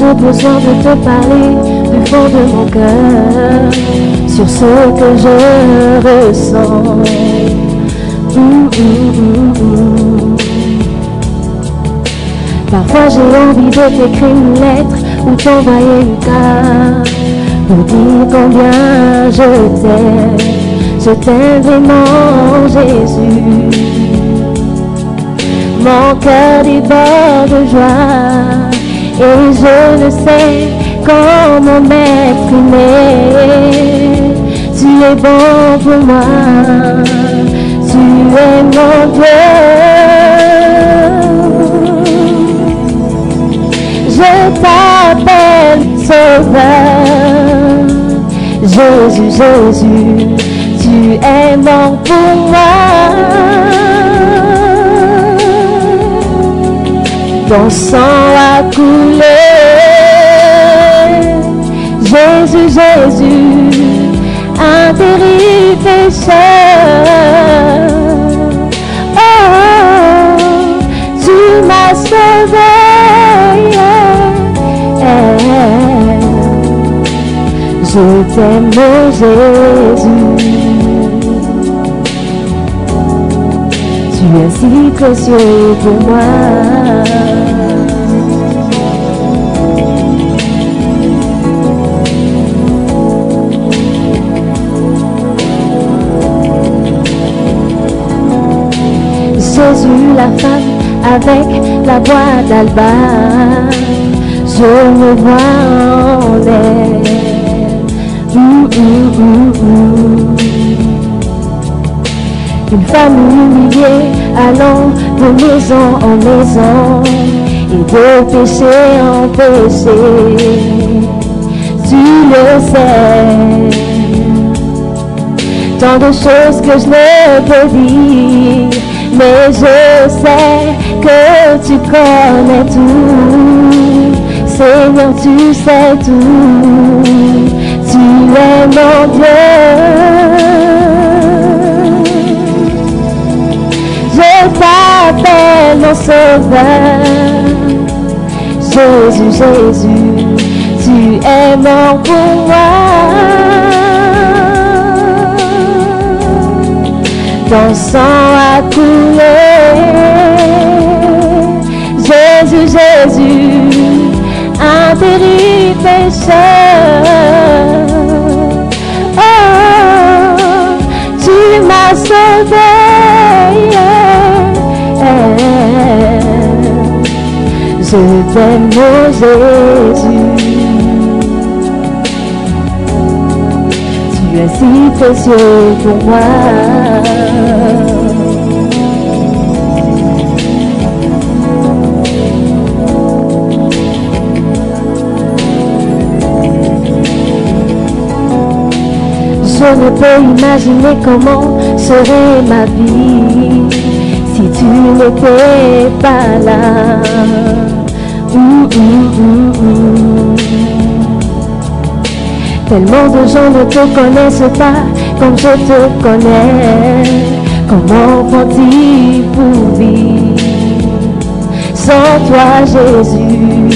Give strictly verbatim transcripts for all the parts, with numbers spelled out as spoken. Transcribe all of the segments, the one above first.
j'ai besoin de te parler du fond de mon cœur sur ce que je ressens. Ouh, ouh, ouh, ouh. Parfois j'ai envie de t'écrire une lettre ou t'envoyer une carte pour dire combien je t'aime. Je t'aime vraiment, Jésus. Mon cœur déborde de joie et je ne sais comment m'exprimer. Tu es bon pour moi, tu es mon Dieu. Je t'appelle Sauveur, Jésus, Jésus, tu es mort pour moi. Ton sang a coulé, Jésus, Jésus, un terrible pécheur. Oh, tu m'as sauvé. Je t'aime, Jésus. Tu es si précieux pour moi. Jésus, la femme avec la voix d'Alba, je me vois en elle. Ouh, ouh, ouh, ouh. Une femme humiliée allant de maison en maison et de péché en péché. Tu le sais, tant de choses que je ne peux dire, mais je sais que tu connais tout. Seigneur, tu sais tout. Tu es mon Dieu. Je t'appelle mon Sauveur. Jésus, Jésus, tu es mort pour moi. Ton sang a coulé. Jésus, Jésus, un terrible pécheur. Oh, tu m'as sauvé. Je t'aime, mon Jésus. Tu es si précieux pour moi. Je ne peux imaginer comment serait ma vie si tu n'étais pas là. Ouh, ouh, ouh, ouh. Tellement de gens ne te connaissent pas comme je te connais. Comment vont-ils pour vivre sans toi, Jésus?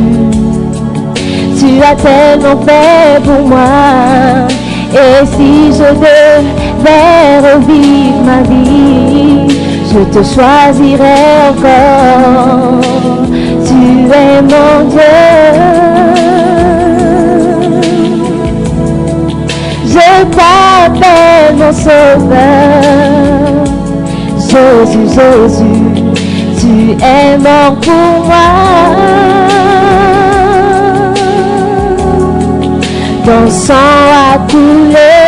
Tu as tellement fait pour moi. Et si je devais revivre ma vie, je te choisirais encore. Tu es mon Dieu. Je t'appelle mon Sauveur. Jésus, Jésus, tu es mort pour moi. Ton sang a coulé.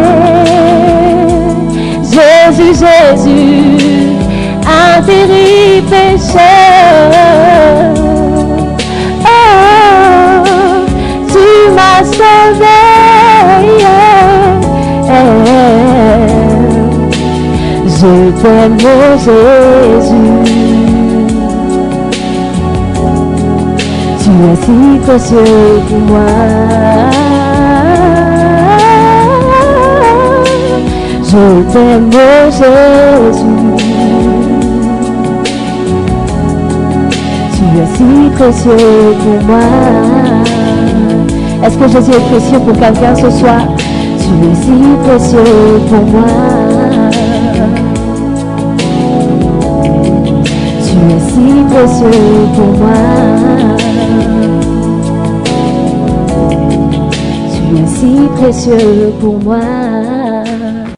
Jésus, Jésus, un terrible pécheur. Oh, tu m'as sauvé. Je t'aime, mon Jésus. Tu es si précieux pour moi. Je t'aime, Jésus. Tu es si précieux pour moi. Est-ce que Jésus est précieux pour quelqu'un ce soir? Tu es si précieux pour moi. Tu es si précieux pour moi. Tu es si précieux pour moi.